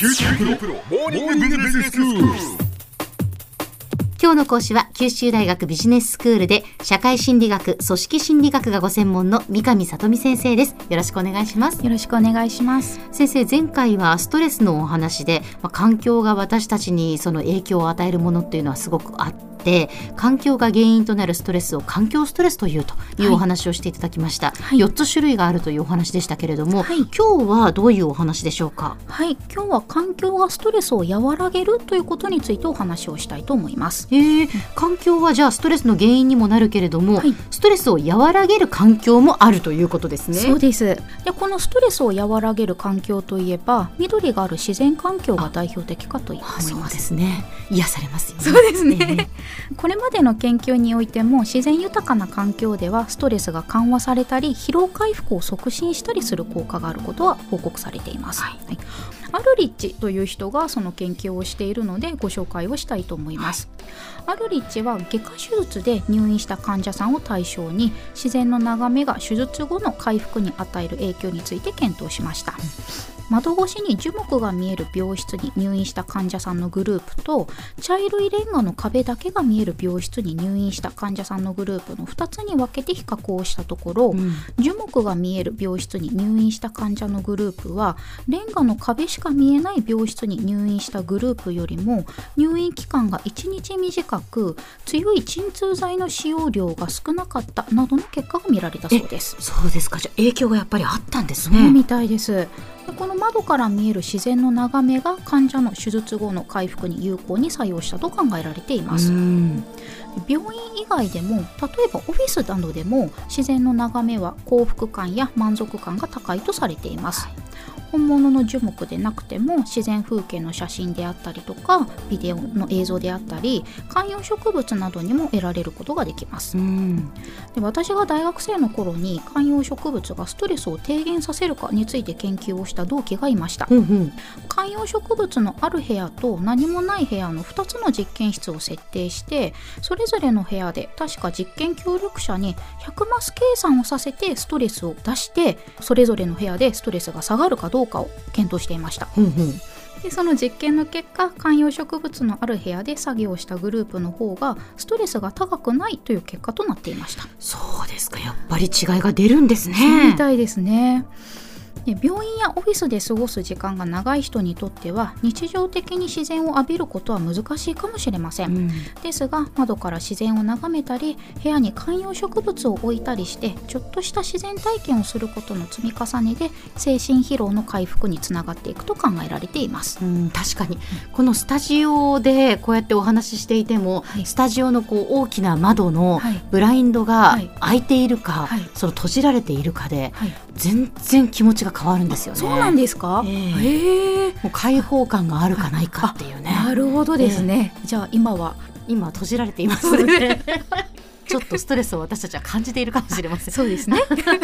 九州大学モーニングビジネススクール。 今日の講師は九州大学ビジネススクールで社会心理学、組織心理学がご専門の三上里美先生です。よろしくお願いします。 よろしくお願いします。 先生、前回はストレスのお話で、環境が私たちにその影響を与えるものっていうのはすごくあって、環境が原因となるストレスを環境ストレスというお話をしていただきました、 はい、 4つ種類があるというお話でしたけれども、 はい、 今日はどういうお話でしょうか。 はい、今日は環境がストレスを和らげるということについてお話をしたいと思います。 環境はじゃあストレスの原因にもなるけれども、 はい、 ストレスを和らげる環境もあるということですね。 そうです。で、このストレスを和らげる環境といえば、緑がある自然環境が代表的かと思います。 そうですね。癒されますよね。 そうですね、これまでの研究においても、自然豊かな環境ではストレスが緩和されたり、疲労回復を促進したりする効果があることは報告されています。アルリッチという人がその研究をしているのでご紹介をしたいと思います。アルリッチは外科手術で入院した患者さんを対象に、自然の眺めが手術後の回復に与える影響について検討しました。窓越しに樹木が見える病室に入院した患者さんのグループと、茶色いレンガの壁だけが見える病室に入院した患者さんのグループの2つに分けて比較をしたところ、樹木が見える病室に入院した患者のグループは、レンガの壁しか見えない病室に入院したグループよりも入院期間が1日短く、強い鎮痛剤の使用量が少なかったなどの結果が見られたそうです。 そうですか。じゃあ影響がやっぱりあったんですね。 そうみたいです。この窓から見える自然の眺めが患者の手術後の回復に有効に作用したと考えられています。病院以外でも、例えばオフィスなどでも自然の眺めは幸福感や満足感が高いとされています。本物の樹木でなくても、自然風景の写真であったりとか、ビデオの映像であったり、観葉植物などにも得られることができます。で、私が大学生の頃に観葉植物がストレスを低減させるかについて研究をした同期がいました。観葉植物のある部屋と何もない部屋の2つの実験室を設定して、それぞれの部屋で確か実験協力者に100マス計算をさせてストレスを出して、それぞれの部屋でストレスが下がるかどうかを検討していました。で、その実験の結果、観葉植物のある部屋で作業したグループの方がストレスが高くないという結果となっていました。 そうですか。やっぱり違いが出るんですね。 そうみたいですね。で、病院やオフィスで過ごす時間が長い人にとっては、日常的に自然を浴びることは難しいかもしれません。ですが、窓から自然を眺めたり、部屋に観葉植物を置いたりして、ちょっとした自然体験をすることの積み重ねで、精神疲労の回復につながっていくと考えられています。 確かにこのスタジオでこうやってお話ししていても、スタジオの大きな窓のブラインドが開いているか、その閉じられているかで、全然気持ちが変わるんですよね。 そうなんですか。 もう開放感があるかないかっていうね。 なるほどですね。じゃあ今閉じられていますね。ちょっとストレスを私たちは感じているかもしれません。 そうですね。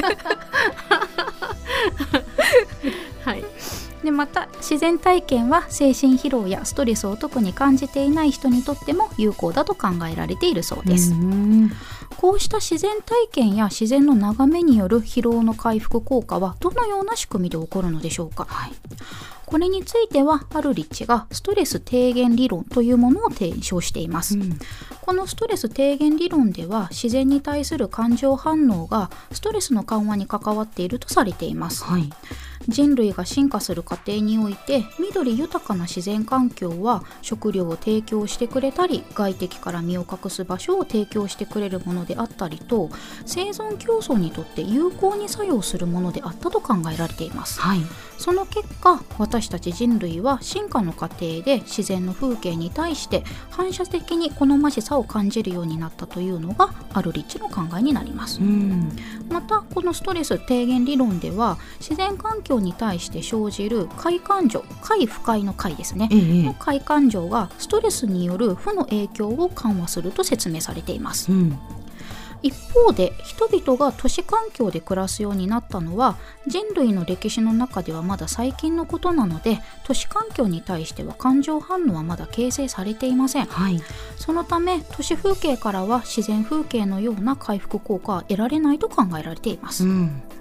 で、また自然体験は精神疲労やストレスを特に感じていない人にとっても有効だと考えられているそうです。こうした自然体験や自然の眺めによる疲労の回復効果はどのような仕組みで起こるのでしょうか。これについてはアルリッチがストレス低減理論というものを提唱しています。このストレス低減理論では、自然に対する感情反応がストレスの緩和に関わっているとされています。人類が進化する過程において、緑豊かな自然環境は食料を提供してくれたり、外敵から身を隠す場所を提供してくれるものであったりと、生存競争にとって有効に作用するものであったと考えられています。その結果、私たち人類は進化の過程で自然の風景に対して反射的に好ましさを感じるようになったというのがアルリッチの考えになります。また、このストレス低減理論では、自然環境に対して生じる快感情、快不快の快ですね、の快感情がストレスによる負の影響を緩和すると説明されています。一方で、人々が都市環境で暮らすようになったのは人類の歴史の中ではまだ最近のことなので、都市環境に対しては感情反応はまだ形成されていません。そのため、都市風景からは自然風景のような回復効果は得られないと考えられています。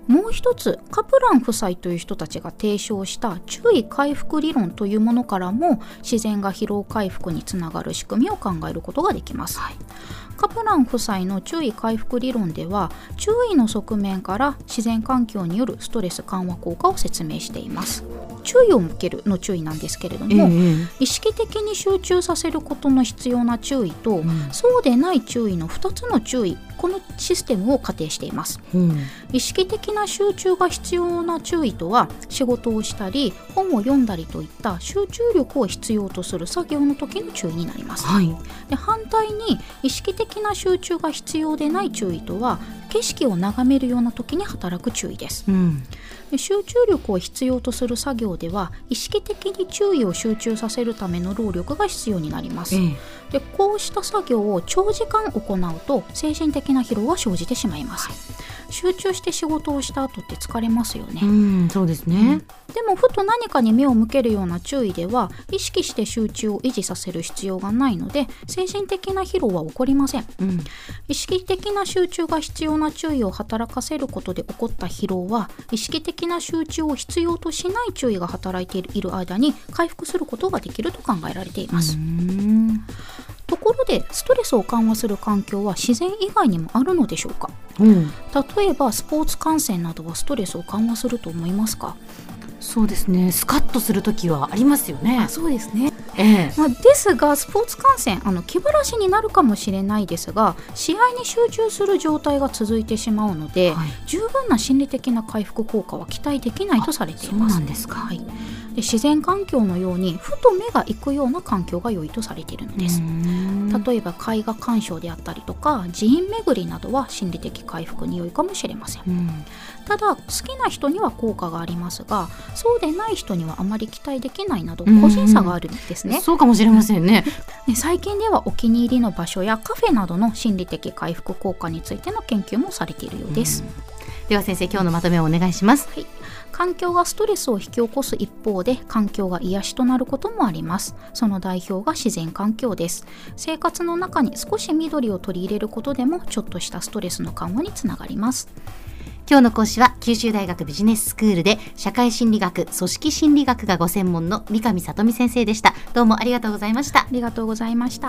もう一つ、カプラン夫妻という人たちが提唱した注意回復理論というものからも自然が疲労回復につながる仕組みを考えることができます。カプラン夫妻の注意回復理論では、注意の側面から自然環境によるストレス緩和効果を説明しています。注意を向けるの注意なんですけれども、意識的に集中させることの必要な注意と、そうでない注意の2つの注意、このシステムを仮定しています。意識的な集中が必要な注意とは、仕事をしたり本を読んだりといった集中力を必要とする作業の時の注意になります。で、反対に意識的な集中が必要でない注意とは、景色を眺めるような時に働く注意です。で、集中力を必要とする作業では、意識的に注意を集中させるための労力が必要になります。で、こうした作業を長時間行うと精神的な疲労は生じてしまいます。集中して仕事をした後って疲れますよね。 そうですね。 でもふと何かに目を向けるような注意では、意識して集中を維持させる必要がないので、精神的な疲労は起こりません。意識的な集中が必要な注意を働かせることで起こった疲労は、意識的な集中を必要としない注意が働いている間に回復することができると考えられています。ところで、ストレスを緩和する環境は自然以外にもあるのでしょうか。例えばスポーツ観戦などはストレスを緩和すると思いますか。 そうですね、スカッとする時はありますよね。 そうですね。ですが、スポーツ観戦、気晴らしになるかもしれないですが、試合に集中する状態が続いてしまうので、十分な心理的な回復効果は期待できないとされています。 そうなんですか。 で、自然環境のようにふと目が行くような環境が良いとされているのです。例えば絵画鑑賞であったりとか寺院巡りなどは心理的回復に良いかもしれません。ただ、好きな人には効果がありますが、そうでない人にはあまり期待できないなど個人差があるんですね。 そうかもしれませんね。 最近ではお気に入りの場所やカフェなどの心理的回復効果についての研究もされているようです。 では先生、今日のまとめをお願いします。 環境がストレスを引き起こす一方で、環境が癒しとなることもあります。その代表が自然環境です。生活の中に少し緑を取り入れることでも、ちょっとしたストレスの緩和につながります。 今日の講師は九州大学ビジネススクールで社会心理学、組織心理学がご専門の三上里美先生でした。どうもありがとうございました。 ありがとうございました。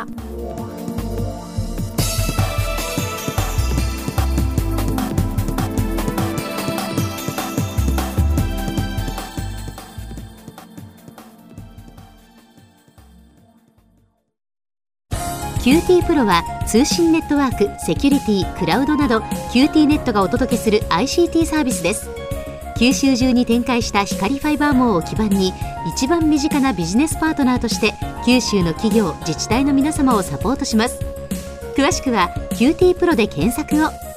QT プロは通信ネットワーク、セキュリティ、クラウドなど QT ネットがお届けする ICT サービスです。九州中に展開した光ファイバー網を基盤に、一番身近なビジネスパートナーとして九州の企業、自治体の皆様をサポートします。詳しくは QT プロで検索を。